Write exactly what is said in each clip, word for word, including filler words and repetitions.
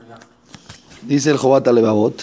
Dice el Jobat Alevavot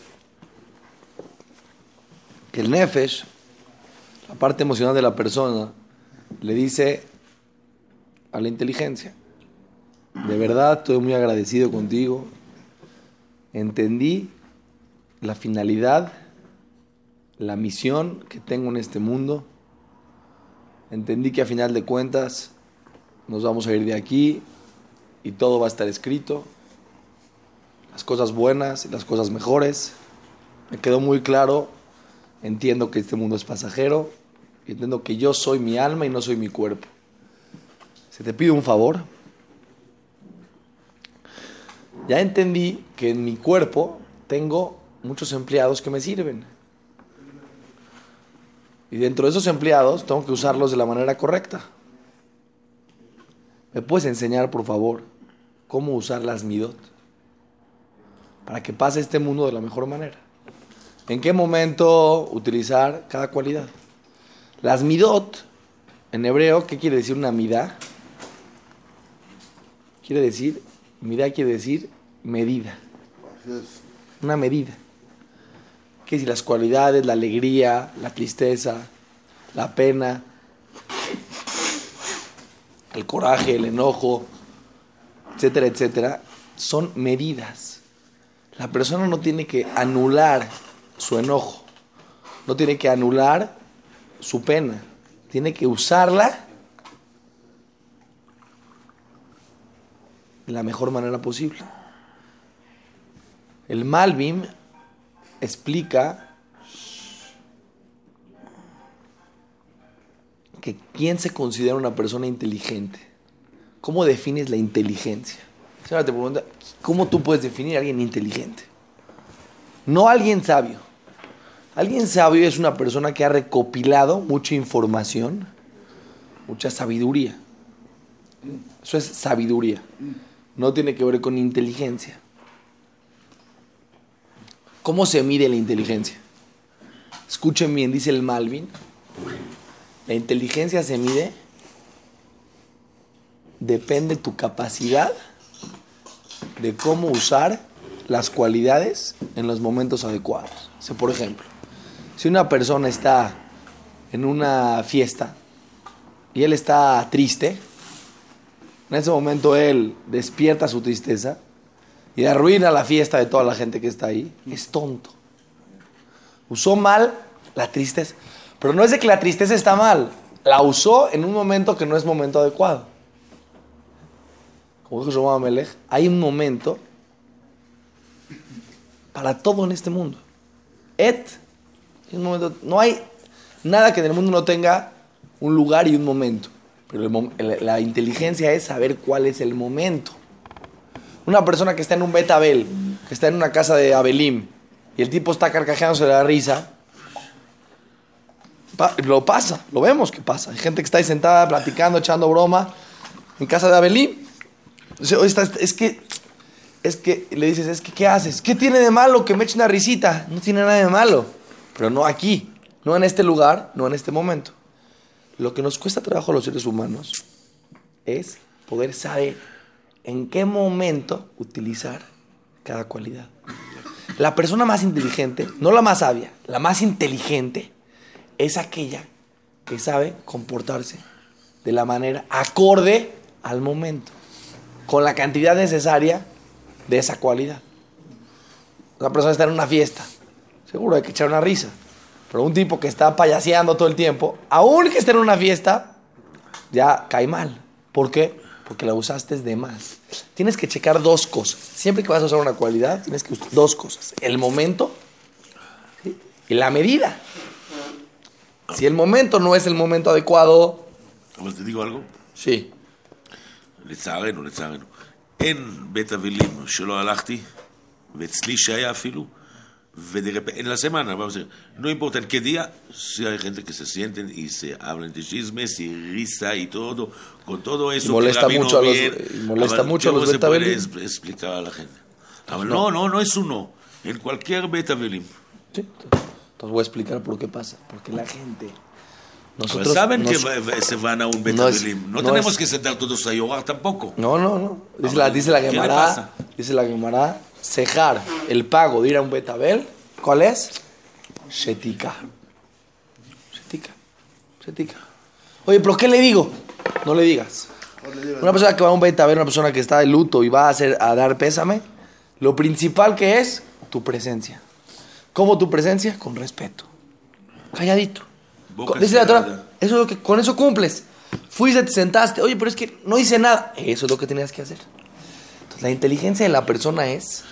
que el Nefesh, la parte emocional de la persona, le dice a la inteligencia: de verdad estoy muy agradecido contigo, entendí la finalidad, la misión que tengo en este mundo, entendí que a final de cuentas nos vamos a ir de aquí y todo va a estar escrito, las cosas buenas y las cosas mejores. Me quedó muy claro, entiendo que este mundo es pasajero, y entiendo que yo soy mi alma y no soy mi cuerpo. Se te pide un favor. Ya entendí que en mi cuerpo tengo muchos empleados que me sirven. Y dentro de esos empleados tengo que usarlos de la manera correcta. ¿Me puedes enseñar, por favor, cómo usar las midot para que pase este mundo de la mejor manera? ¿En qué momento utilizar cada cualidad? Las midot, en hebreo, ¿qué quiere decir una midá? Quiere decir, midá quiere decir medida. Una medida. ¿Qué decir? Las cualidades, la alegría, la tristeza, la pena, el coraje, el enojo, etcétera, etcétera, son medidas. La persona no tiene que anular su enojo, no tiene que anular su pena, tiene que usarla de la mejor manera posible. El Malbim explica que quién se considera una persona inteligente. ¿Cómo defines la inteligencia? Ahora te pregunta, ¿cómo tú puedes definir a alguien inteligente? No alguien sabio. Alguien sabio es una persona que ha recopilado mucha información, mucha sabiduría. Eso es sabiduría. No tiene que ver con inteligencia. ¿Cómo se mide la inteligencia? Escuchen bien, dice el Malvin. La inteligencia se mide, depende de tu capacidad de cómo usar las cualidades en los momentos adecuados. O sea, por ejemplo, si una persona está en una fiesta y él está triste, en ese momento él despierta su tristeza y arruina la fiesta de toda la gente que está ahí, es tonto. Usó mal la tristeza. Pero no es de que la tristeza está mal, la usó en un momento que no es momento adecuado. Como dijo Shlomo Amelech, hay un momento para todo en este mundo. Et, un momento, no hay nada que en el mundo no tenga un lugar y un momento. Pero el, el, la inteligencia es saber cuál es el momento. Una persona que está en un Bet Abel, que está en una casa de Abelim, y el tipo está carcajeándose de la risa, lo pasa, lo vemos que pasa. Hay gente que está ahí sentada, platicando, echando broma, en casa de Abelim. O sea, es que, es que, le dices, es que, ¿qué haces? ¿Qué tiene de malo que me eche una risita? No tiene nada de malo. Pero no aquí, no en este lugar, no en este momento. Lo que nos cuesta trabajo a los seres humanos es poder saber en qué momento utilizar cada cualidad. La persona más inteligente, no la más sabia, la más inteligente, es aquella que sabe comportarse de la manera acorde al momento, con la cantidad necesaria de esa cualidad. Una persona está en una fiesta, seguro hay que echar una risa, pero un tipo que está payaseando todo el tiempo, aún que esté en una fiesta, ya cae mal. ¿Por qué? Porque la usaste de más. Tienes que checar dos cosas. Siempre que vas a usar una cualidad, tienes que usar dos cosas: el momento, ¿sí?, y la medida. Si el momento no es el momento adecuado... ¿Te digo algo? Sí. לצערנו, לצערנו. אין בית אבלים שלא הלכתי, ואצלי שהיה אפילו, de repente, en la semana, vamos a decir, no importa en qué día, si hay gente que se sienten y se hablan de chismes y risa y todo, con todo eso. Y molesta que mucho a los, bien, y molesta aber, mucho a los Bet Abelim. ¿Cómo se puede explicar a la gente? Aber no, no, no es uno. En cualquier Bet Abelim. Sí. Entonces voy a explicar por qué pasa. Porque la gente Nosotros Pero saben nos- que se van a un Bet No es- Avelim. No, no tenemos es- que sentar todos a llorar tampoco. No, no, no. Dice Ah, la, dice la ¿qué le Gemara, pasa? dice la Gemara, cejar el pago de ir a un betabel, ¿cuál es? Shetika. Shetika. Shetika. Oye, ¿pero qué le digo? No le digas. Una persona que va a un betabel, una persona que está de luto y va a hacer a dar pésame, lo principal que es tu presencia. ¿Cómo tu presencia? Con respeto. Calladito. Boca Dice la Torah, cerrada. eso es lo que, con eso cumples. Fuiste, te sentaste, oye, pero es que no hice nada. Eso es lo que tenías que hacer. Entonces, la inteligencia de la persona es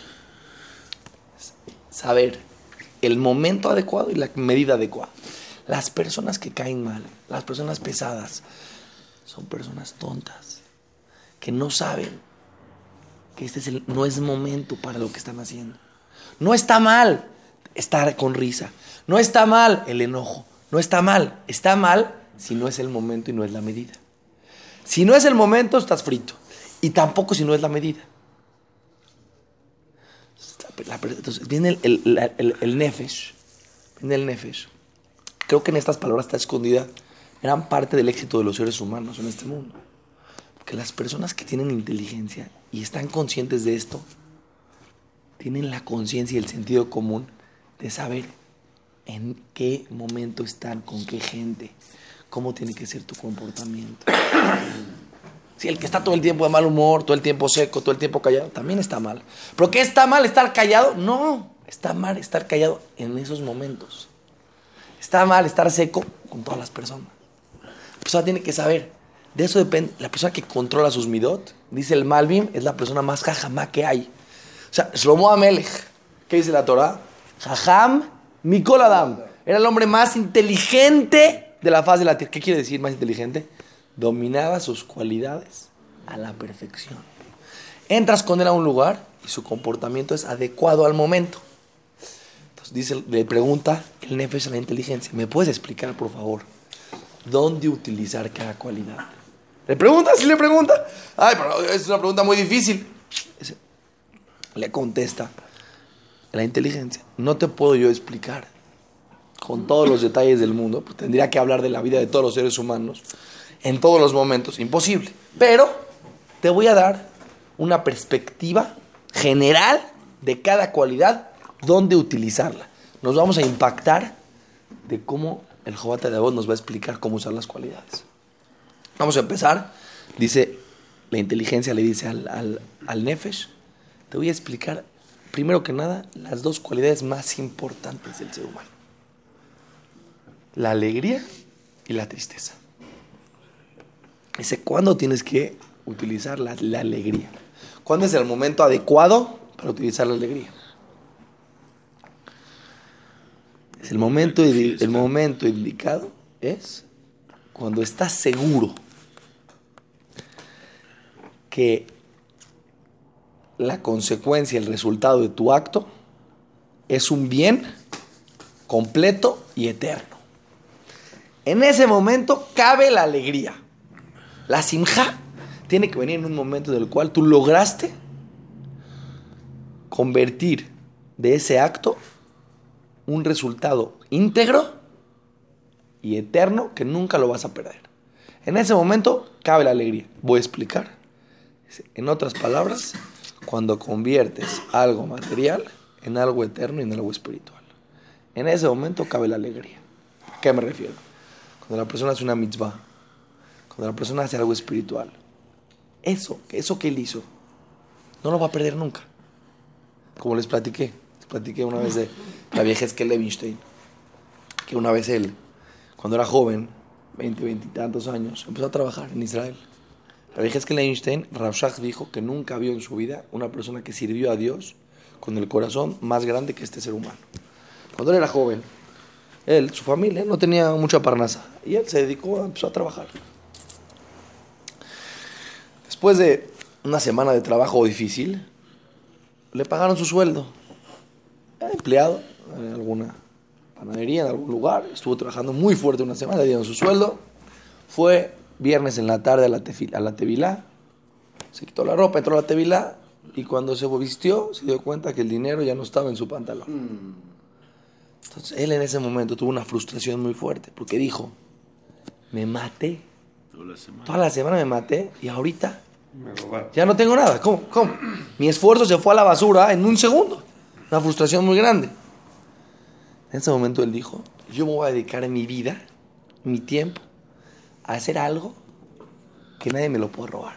saber el momento adecuado y la medida adecuada. Las personas que caen mal, las personas pesadas, son personas tontas, que no saben que este es el, no es momento para lo que están haciendo. No está mal estar con risa. No está mal el enojo. No está mal. Está mal si no es el momento y no es la medida. Si no es el momento, estás frito. Y tampoco si no es la medida. La- la- Entonces viene el, el, la- el, el nefesh. Viene el nefesh. Creo que en estas palabras está escondida gran parte del éxito de los seres humanos en este mundo. Porque las personas que tienen inteligencia y están conscientes de esto, tienen la conciencia y el sentido común de saber en qué momento están, con qué gente, cómo tiene que ser tu comportamiento. Si el que está todo el tiempo de mal humor, todo el tiempo seco, todo el tiempo callado, también está mal. ¿Pero qué está mal estar callado? No, está mal estar callado en esos momentos. Está mal estar seco con todas las personas. La persona tiene que saber. De eso depende. La persona que controla sus midot, dice el Malbim, es la persona más jajamá que hay. O sea, Shlomo Amelech, ¿qué dice la Torah? Jajam Mikol Adam. Era el hombre más inteligente de la faz de la tierra. ¿Qué quiere decir más inteligente? Dominaba sus cualidades a la perfección. Entras con él a un lugar y su comportamiento es adecuado al momento. Entonces dice, le pregunta el nefesh a la inteligencia, ¿me puedes explicar, por favor, dónde utilizar cada cualidad? Le pregunta, sí le pregunta. Ay, pero es una pregunta muy difícil. Dice, le contesta la inteligencia, no te puedo yo explicar con todos los detalles del mundo, pues tendría que hablar de la vida de todos los seres humanos en todos los momentos, imposible. Pero te voy a dar una perspectiva general de cada cualidad, dónde utilizarla. Nos vamos a impactar de cómo el Jobata de Avot nos va a explicar cómo usar las cualidades. Vamos a empezar. Dice, la inteligencia le dice al, al, al Nefesh, te voy a explicar, primero que nada, las dos cualidades más importantes del ser humano. La alegría y la tristeza. Dice, ¿cuándo tienes que utilizar la, la alegría? ¿Cuándo es el momento adecuado para utilizar la alegría? Es el momento, el momento indicado es cuando estás seguro que la consecuencia, el resultado de tu acto es un bien completo y eterno. En ese momento cabe la alegría. La simja tiene que venir en un momento en el cual tú lograste convertir de ese acto un resultado íntegro y eterno que nunca lo vas a perder. En ese momento cabe la alegría. Voy a explicar. En otras palabras, cuando conviertes algo material en algo eterno y en algo espiritual. En ese momento cabe la alegría. ¿A qué me refiero? Cuando la persona hace una mitzvah, cuando la persona hace algo espiritual, eso, eso que él hizo, no lo va a perder nunca. Como les platiqué, les platiqué una vez de la vieja Eskel Levinstein, que una vez él, cuando era joven, veinte, veinte y tantos años, empezó a trabajar en Israel. La vieja Eskel Levinstein, Rav Shach dijo que nunca vio en su vida una persona que sirvió a Dios con el corazón más grande que este ser humano. Cuando él era joven, él, su familia, no tenía mucha parnasa y él se dedicó, empezó a trabajar. Después de una semana de trabajo difícil, le pagaron su sueldo. Era empleado en alguna panadería, en algún lugar. Estuvo trabajando muy fuerte una semana, le dieron su sueldo. Fue viernes en la tarde a la, tefil, a la tevilá. Se quitó la ropa, entró a la tevilá. Y cuando se vistió, se dio cuenta que el dinero ya no estaba en su pantalón. Entonces, él en ese momento tuvo una frustración muy fuerte. Porque dijo, me maté. Toda la semana. Toda la semana me maté y ahorita Me robaron. ya no tengo nada. ¿Cómo? ¿Cómo? Mi esfuerzo se fue a la basura en un segundo. Una frustración muy grande. En ese momento él dijo, yo me voy a dedicar mi vida, mi tiempo, a hacer algo que nadie me lo puede robar.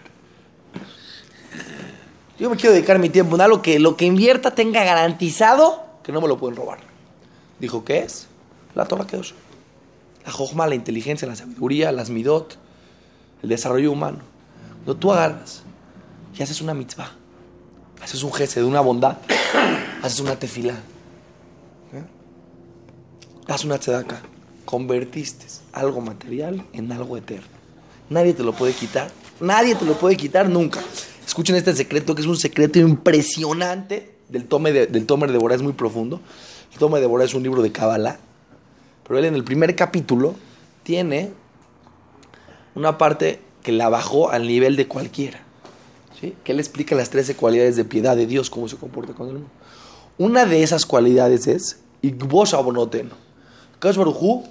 Yo me quiero dedicar mi tiempo en algo que lo que invierta tenga garantizado que no me lo pueden robar. Dijo, ¿qué es? La Torah Kedosh. La Jochma, la inteligencia, la sabiduría, las midot, el desarrollo humano. Cuando tú agarras y haces una mitzvah, haces un gesed, una bondad, haces una tefilá, ¿eh? Haces una tzedaka, convertiste algo material en algo eterno. Nadie te lo puede quitar, nadie te lo puede quitar nunca. Escuchen este secreto, que es un secreto impresionante del Tome de, del Tomer de Borá, es muy profundo. El Tome de Borá es un libro de Kabbalah, pero él en el primer capítulo tiene una parte que la bajó al nivel de cualquiera, ¿sí? Que él explica las trece cualidades de piedad de Dios, cómo se comporta con el mundo. Una de esas cualidades es Igbosh Abonoteno. Kadosh Baruj Hu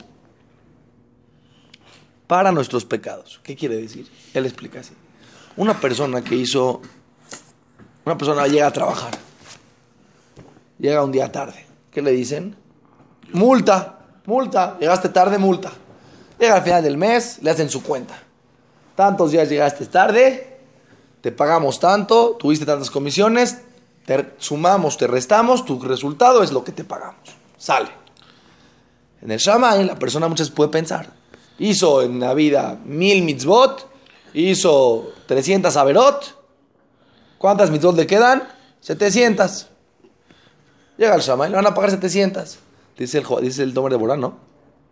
para nuestros pecados. ¿Qué quiere decir? Él explica así. Una persona que hizo... Una persona llega a trabajar. Llega un día tarde. ¿Qué le dicen? Multa, multa. Llegaste tarde, multa. Llega al final del mes, le hacen su cuenta. Tantos días llegaste tarde, te pagamos tanto, tuviste tantas comisiones, te sumamos, te restamos, tu resultado es lo que te pagamos. Sale. En el Shammai, la persona muchas veces puede pensar, hizo en la vida mil mitzvot, hizo trescientas averot, ¿cuántas mitzvot le quedan? setecientas. Llega al Shammai, le van a pagar setecientas. Dice el, dice el Tomer de Borá, ¿no?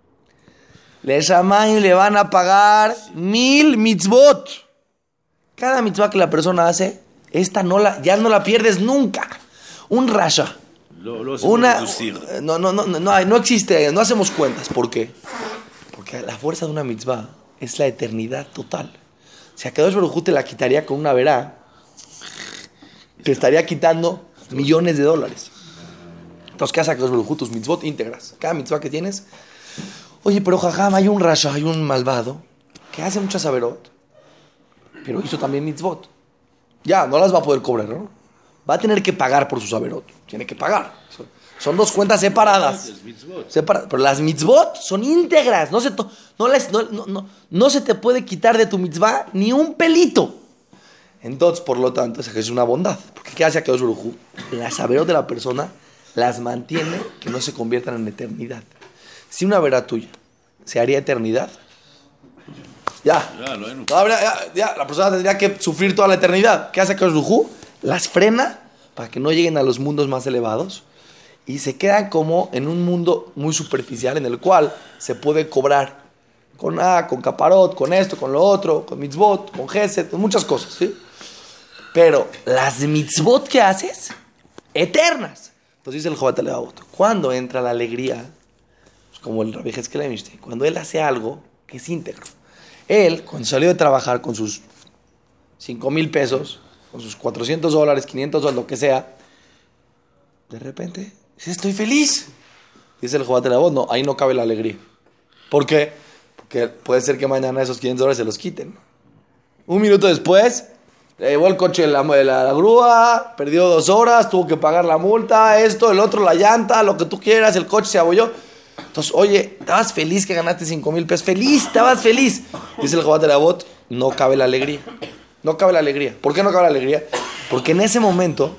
Le Shammai le van a pagar mil mitzvot. Cada mitzvah que la persona hace, esta no la, ya no la pierdes nunca. Un rasha. Lo, lo Una, reducir. no, no, no, no, no, no existe, no hacemos cuentas. ¿Por qué? Porque la fuerza de una mitzvah es la eternidad total. Si a Kadosh Baruj Hu te la quitaría con una verá, te estaría quitando millones de dólares. Entonces, ¿qué hace Kadosh Baruj Hu? Tus mitzvot íntegras. Cada mitzvah que tienes. Oye, pero jajam, hay un rasha, hay un malvado que hace muchas averot, pero hizo también mitzvot. Ya, no las va a poder cobrar, ¿no? Va a tener que pagar por sus averot. Tiene que pagar. Son dos cuentas separadas. Separa- pero las mitzvot son íntegras. No se, to- no, les, no, no, no, no se te puede quitar de tu mitzvah ni un pelito. Entonces, por lo tanto, esa es una bondad. Porque ¿qué hace Akadosh Baruj Hu? Las averot de la persona las mantiene que no se conviertan en eternidad. Si una verá tuya se haría eternidad, ya, Ya, lo bueno. no habría- ya, ya, la persona tendría que sufrir toda la eternidad. ¿Qué hace Akadosh Baruj Hu? Las frena para que no lleguen a los mundos más elevados y se quedan como en un mundo muy superficial en el cual se puede cobrar con A, con caparot, con esto, con lo otro, con mitzvot, con gesed, con muchas cosas, ¿sí? Pero las mitzvot que haces, eternas. Entonces dice el Jobat Alevavot, ¿cuándo entra la alegría? Como el Rabbi Hezkel Einstein, cuando él hace algo que es íntegro. Él, cuando salió de trabajar con sus cinco mil pesos, con sus cuatrocientos dólares, quinientos dólares, lo que sea, de repente, dice, estoy feliz. Dice el Jobat Alevavot, no, ahí no cabe la alegría. ¿Por qué? Porque puede ser que mañana esos quinientos dólares se los quiten. Un minuto después, le llevó el coche de la, de la, la grúa, perdió dos horas, tuvo que pagar la multa, esto, el otro, la llanta, lo que tú quieras, el coche se abolló. Entonces, oye, estabas feliz que ganaste cinco mil pesos. Feliz, estabas feliz. Dice el Jobat Alevavot, no cabe la alegría. No cabe la alegría. ¿Por qué no cabe la alegría? Porque en ese momento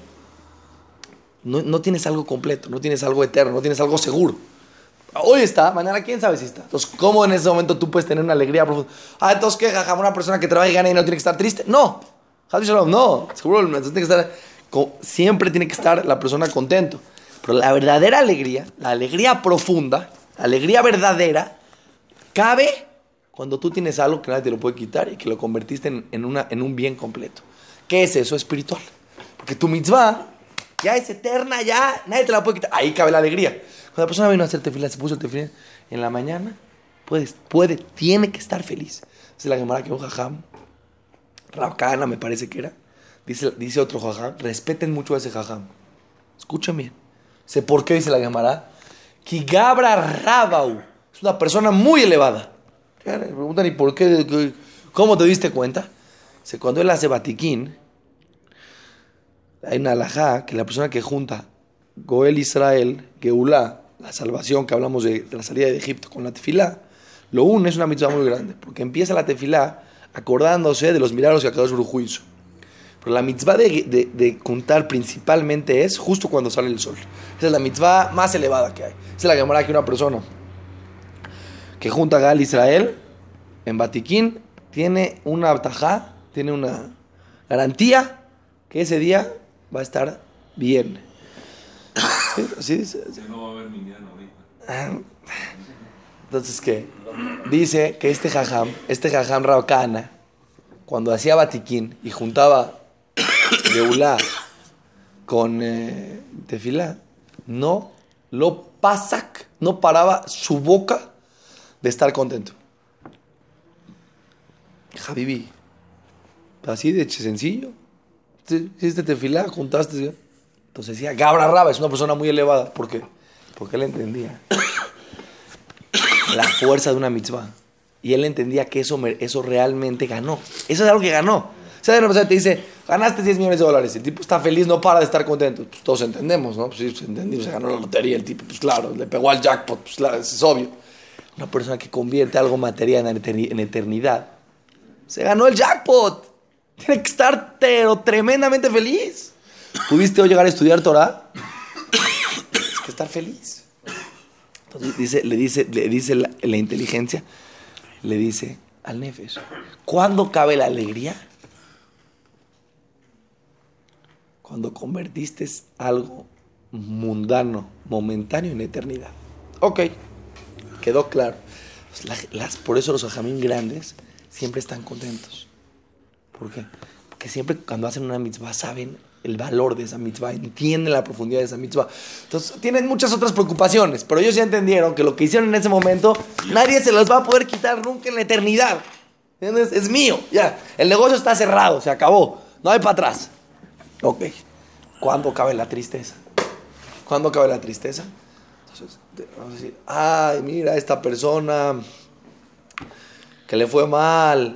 no, no tienes algo completo, no tienes algo eterno, no tienes algo seguro. Hoy está, mañana quién sabe si está. Entonces, ¿cómo en ese momento tú puedes tener una alegría profunda? Ah, entonces, ¿qué, jajam? ¿Una persona que trabaja y gana y no tiene que estar triste? No. Javi Shalom, no. Seguro, tiene que estar, siempre tiene que estar la persona contento. Pero la verdadera alegría, la alegría profunda, la alegría verdadera, cabe cuando tú tienes algo que nadie te lo puede quitar y que lo convertiste en, en, una, en un bien completo. ¿Qué es eso? Espiritual. Porque tu mitzvah ya es eterna, ya nadie te la puede quitar. Ahí cabe la alegría. Cuando la persona vino a hacer tefilá, se puso el tefilá en la mañana, puede, puede, tiene que estar feliz. Dice la Gemara que un jajam, Rav Kahana me parece que era, dice, dice otro jajam, respeten mucho a ese jajam. Escuchen bien. Sé por qué dice la Gemara. Ki Gabra Rabau. Es una persona muy elevada. Le preguntan, ¿y por qué? ¿Cómo te diste cuenta? Dice, cuando él hace batiquín, hay una alajá que la persona que junta Goel Israel, Geulá, la salvación que hablamos de, de la salida de Egipto con la tefilá, lo une, es una mitzvah muy grande, porque empieza la tefilá acordándose de los milagros que Akadosh Baruj Hu hizo. Pero la mitzvah de, de, de contar principalmente es justo cuando sale el sol. Esa es la mitzvah más elevada que hay. Esa es la que marca que una persona que junta a Gal Israel en Batiquín tiene una abtajá, tiene una garantía que ese día va a estar bien. ¿Sí? ¿Sí? ¿Sí? ¿Sí? No va a haber minyan ahorita. Entonces, ¿qué? Dice que este jajam, este jajam Rabkana, cuando hacía Batiquín y juntaba Geulá con eh, tefilá, no lo pasak, no paraba su boca de estar contento. Habibi, así de sencillo. Hiciste tefilá, juntaste. Entonces decía, Gabra Raba es una persona muy elevada. ¿Por qué? Porque él entendía la fuerza de una mitzvah. Y él entendía que eso, eso realmente ganó. Eso es algo que ganó. O sea, una persona te dice, ganaste diez millones de dólares. El tipo está feliz, no para de estar contento. Pues todos entendemos, ¿no? Pues sí, pues entendimos, se ganó la lotería. El tipo, pues claro, le pegó al jackpot. Pues claro, eso es obvio. Una persona que convierte algo material en eternidad. Se ganó el jackpot. Tiene que estar pero tremendamente feliz. ¿Pudiste hoy llegar a estudiar Torah? Tienes que estar feliz. Entonces dice, le dice, le dice la, la inteligencia, le dice al nefesh, ¿cuándo cabe la alegría? Cuando convertiste algo mundano, momentáneo en eternidad. Ok, quedó claro. Las, las, por eso los hajamim grandes siempre están contentos. ¿Por qué? Porque siempre cuando hacen una mitzvah saben el valor de esa mitzvah, entienden la profundidad de esa mitzvah. Entonces tienen muchas otras preocupaciones, pero ellos ya entendieron que lo que hicieron en ese momento nadie se los va a poder quitar nunca en la eternidad. ¿Entiendes? Es mío, ya. El negocio está cerrado, se acabó. No hay para atrás. Ok. ¿Cuándo cabe la tristeza? ¿Cuándo cabe la tristeza? Entonces vamos a decir, ay, mira, esta persona que le fue mal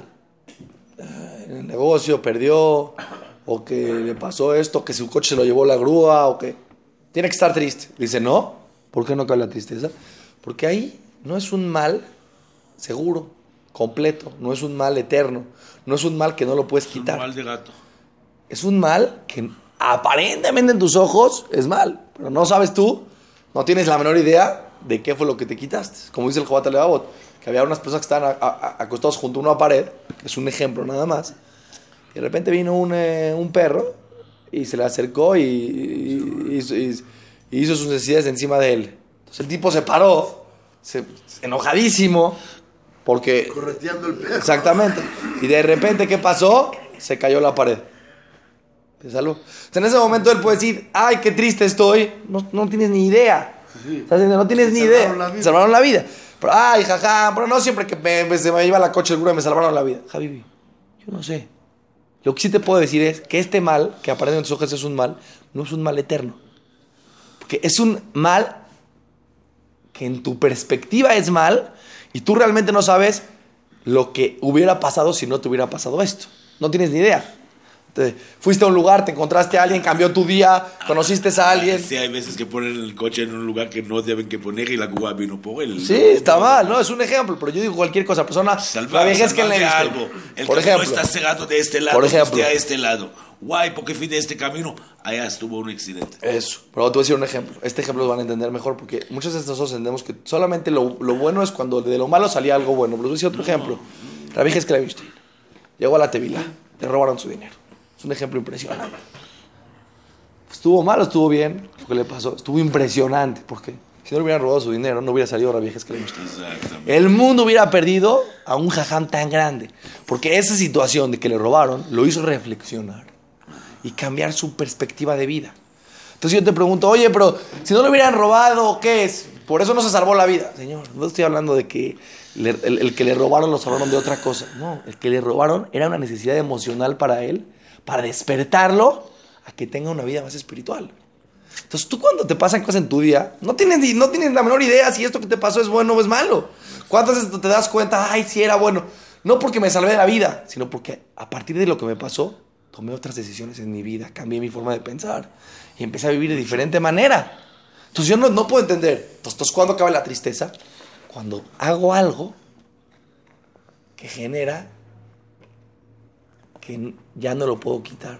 en el negocio, perdió, o que le pasó esto, que su coche se lo llevó la grúa, o que tiene que estar triste. Dice, no, ¿por qué no cabe la tristeza? Porque ahí no es un mal seguro, completo, no es un mal eterno, no es un mal que no lo puedes quitar. Es un mal de gato. Es un mal que aparentemente en tus ojos es mal, pero no sabes tú, no tienes la menor idea de qué fue lo que te quitaste. Como dice el Jobat Levavot, que había unas personas que estaban a, a, acostados junto a una pared, que es un ejemplo nada más, y de repente vino un, eh, un perro y se le acercó y, y, y, y, y hizo sus necesidades encima de él. Entonces el tipo se paró, se, enojadísimo, porque... Correteando el perro. Exactamente. Y de repente, ¿qué pasó? Se cayó la pared. Se salvó. Entonces, en ese momento él puede decir, ay, qué triste estoy. No, no tienes ni idea. Sí. No tienes ni idea. Me salvaron la vida. Pero, ay, jaja, pero no siempre que me, me, se me iba la coche el grúa me salvaron la vida. Habibi, yo no sé. Lo que sí te puedo decir es que este mal, que aparece en tus ojos es un mal, no es un mal eterno. Porque es un mal que en tu perspectiva es mal y tú realmente no sabes lo que hubiera pasado si no te hubiera pasado esto. No tienes ni idea. Te fuiste a un lugar, te encontraste a alguien, cambió tu día, conociste a alguien. Sí, hay veces que ponen el coche en un lugar que no deben que poner y la grúa vino por él. Sí, está mal, no, es un ejemplo, pero yo digo cualquier cosa, persona, salvar, la vejez que le algo. El por camino ejemplo, está cerrado de este lado, por ejemplo, fuiste a este lado. Guay, porque fui de este camino, allá estuvo un accidente. Eso, pero te voy a decir un ejemplo. Este ejemplo lo van a entender mejor porque muchas veces nosotros entendemos que solamente lo, lo bueno es cuando de lo malo salía algo bueno. Pero les voy a decir otro ejemplo. Rabbi Yehezkel llegó a la Tevilá, le robaron su dinero. Es un ejemplo impresionante. ¿Estuvo mal o estuvo bien? ¿Qué le pasó? Estuvo impresionante. ¿Por qué? Si no le hubieran robado su dinero, no hubiera salido Rabbi Yehezkel. El mundo hubiera perdido a un jajam tan grande. Porque esa situación de que le robaron lo hizo reflexionar y cambiar su perspectiva de vida. Entonces yo te pregunto, oye, pero si no le hubieran robado, ¿qué es? Por eso no se salvó la vida. Señor, no estoy hablando de que le, el, el que le robaron lo salvaron de otra cosa. No, el que le robaron era una necesidad emocional para él, para despertarlo a que tenga una vida más espiritual. Entonces tú cuando te pasan cosas en tu día, no tienes, no tienes la menor idea si esto que te pasó es bueno o es malo. ¿Cuántas veces te das cuenta? Ay, sí era bueno. No porque me salvé de la vida, sino porque a partir de lo que me pasó, tomé otras decisiones en mi vida, cambié mi forma de pensar y empecé a vivir de diferente manera. Entonces yo no, no puedo entender. Entonces, ¿cuándo acaba la tristeza? Cuando hago algo que genera que ya no lo puedo quitar.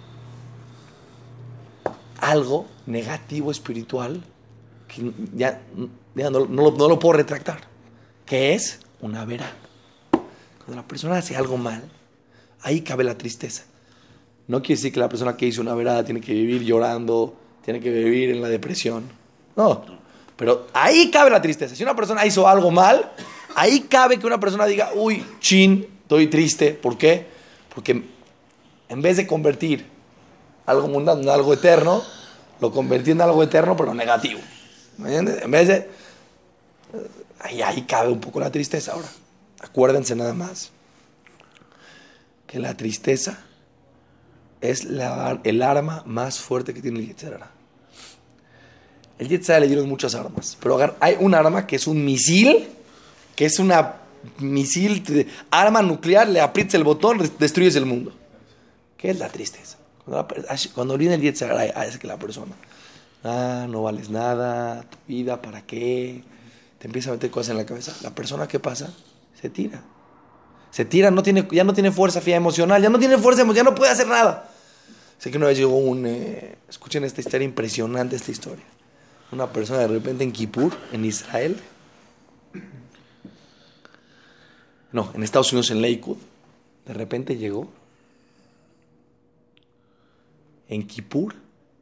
Algo negativo espiritual que ya, ya no, no, lo, no lo puedo retractar. Que es una vera. Cuando la persona hace algo mal, ahí cabe la tristeza. No quiere decir que la persona que hizo una verada tiene que vivir llorando, tiene que vivir en la depresión. No, pero ahí cabe la tristeza. Si una persona hizo algo mal, ahí cabe que una persona diga, uy, chin, estoy triste. ¿Por qué? Porque en vez de convertir algo mundano en algo eterno, lo convertí en algo eterno pero negativo. ¿Me entiendes? En vez de... Ahí, ahí cabe un poco la tristeza. Ahora, acuérdense nada más que la tristeza es la, el arma más fuerte que tiene el Yetzer Hara. El Yetzer Hara le dieron muchas armas, pero hay un arma que es un misil, que es una misil, arma nuclear, le aprietas el botón, destruyes el mundo. ¿Qué es la tristeza? Cuando, cuando viene el Yetzer Hara, hace que la persona, ah, no vales nada, tu vida, ¿para qué? Te empieza a meter cosas en la cabeza. La persona, ¿qué pasa? Se tira. Se tira, no tiene, ya no tiene fuerza fía emocional, ya no tiene fuerza emocional, ya no puede hacer nada. Sé que una vez llegó un... Eh, escuchen esta historia, impresionante esta historia. Una persona de repente en Kippur, en Israel. No, en Estados Unidos, en Lakewood. De repente llegó. En Kippur.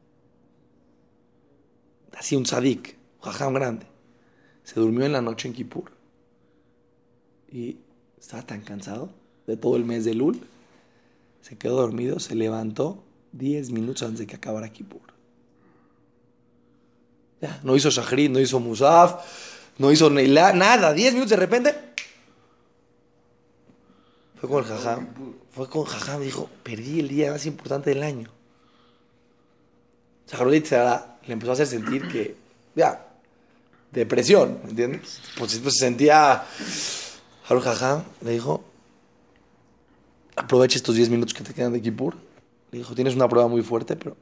Así un sadik, un jajam grande. Se durmió en la noche en Kippur. Y estaba tan cansado de todo el mes de Elul. Se quedó dormido, se levantó diez minutos antes de que acabara Kippur. Ya, no hizo Shachrit, no hizo Musaf, no hizo Neilá, nada. diez minutos de repente. Fue con el jajam. Fue con el jajam y dijo, perdí el día más importante del año. Shaharolit le empezó a hacer sentir que, ya, depresión, ¿me entiendes? Pues, pues se sentía... Al jajam le dijo, aprovecha estos diez minutos que te quedan de Kippur. Le dijo, tienes una prueba muy fuerte, pero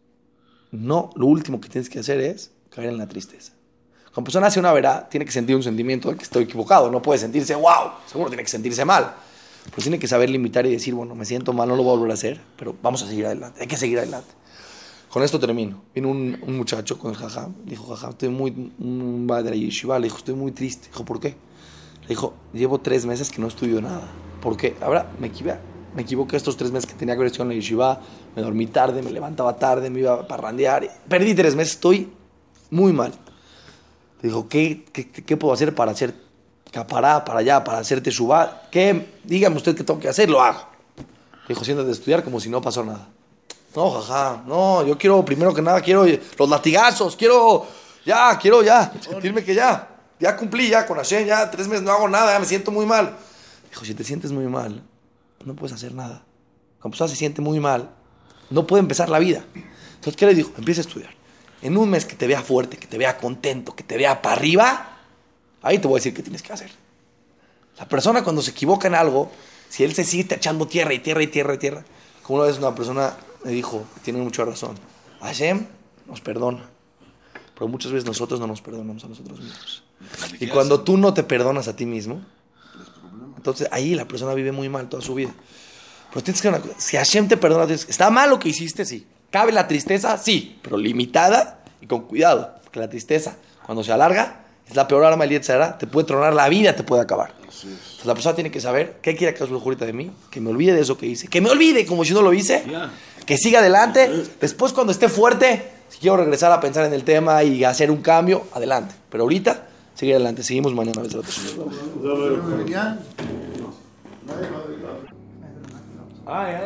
no, lo último que tienes que hacer es caer en la tristeza. Cuando una persona hace una verá, tiene que sentir un sentimiento de que estoy equivocado. No puede sentirse, wow, seguro tiene que sentirse mal. Pero tiene que saber limitar y decir, bueno, me siento mal, no lo voy a volver a hacer, pero vamos a seguir adelante, hay que seguir adelante. Con esto termino. Vino un, un muchacho con el jajam, le dijo, jajam, estoy muy, un va de la yeshiva, le dijo, estoy muy triste. Dijo, ¿por qué? Le dijo, llevo tres meses que no estudio nada. ¿Por qué? Ahora me equivoqué. Me equivoqué estos tres meses que tenía que haber estudiado en la yeshiva. Me dormí tarde, me levantaba tarde, me iba a parrandear. Perdí tres meses, estoy muy mal. Le dijo, ¿qué, qué, qué puedo hacer para hacer capará, para allá, para hacer teshuvá? ¿Qué? Dígame usted qué tengo que hacer, lo hago. Le dijo, siéntate a estudiar como si no pasó nada. No, jaja, no, yo quiero, primero que nada, quiero los latigazos, quiero, ya, quiero ya, sentirme que ya. Ya cumplí, ya con Hashem, ya tres meses no hago nada, ya me siento muy mal. Dijo, si te sientes muy mal, no puedes hacer nada. Cuando persona se siente muy mal, no puede empezar la vida. Entonces, ¿qué le dijo? Empieza a estudiar. En un mes que te vea fuerte, que te vea contento, que te vea para arriba, ahí te voy a decir qué tienes que hacer. La persona cuando se equivoca en algo, si él se sigue echando tierra y tierra y tierra y tierra, como una vez una persona me dijo, tiene mucha razón, Hashem nos perdona, pero muchas veces nosotros no nos perdonamos a nosotros mismos. Y cuando tú no te perdonas a ti mismo, entonces ahí la persona vive muy mal toda su vida. Pero tienes que una cosa, si Hashem te perdona, está mal lo que hiciste, sí. ¿Cabe la tristeza? Sí, pero limitada y con cuidado. Porque la tristeza, cuando se alarga, es la peor arma del Yetzer Hara, te puede tronar la vida, te puede acabar. Entonces la persona tiene que saber, ¿qué quiere que haga ahorita de mí? Que me olvide de eso que hice. Que me olvide como si no lo hice. Que siga adelante. Después cuando esté fuerte, si quiero regresar a pensar en el tema y hacer un cambio, adelante. Pero ahorita, seguir adelante. Seguimos mañana. A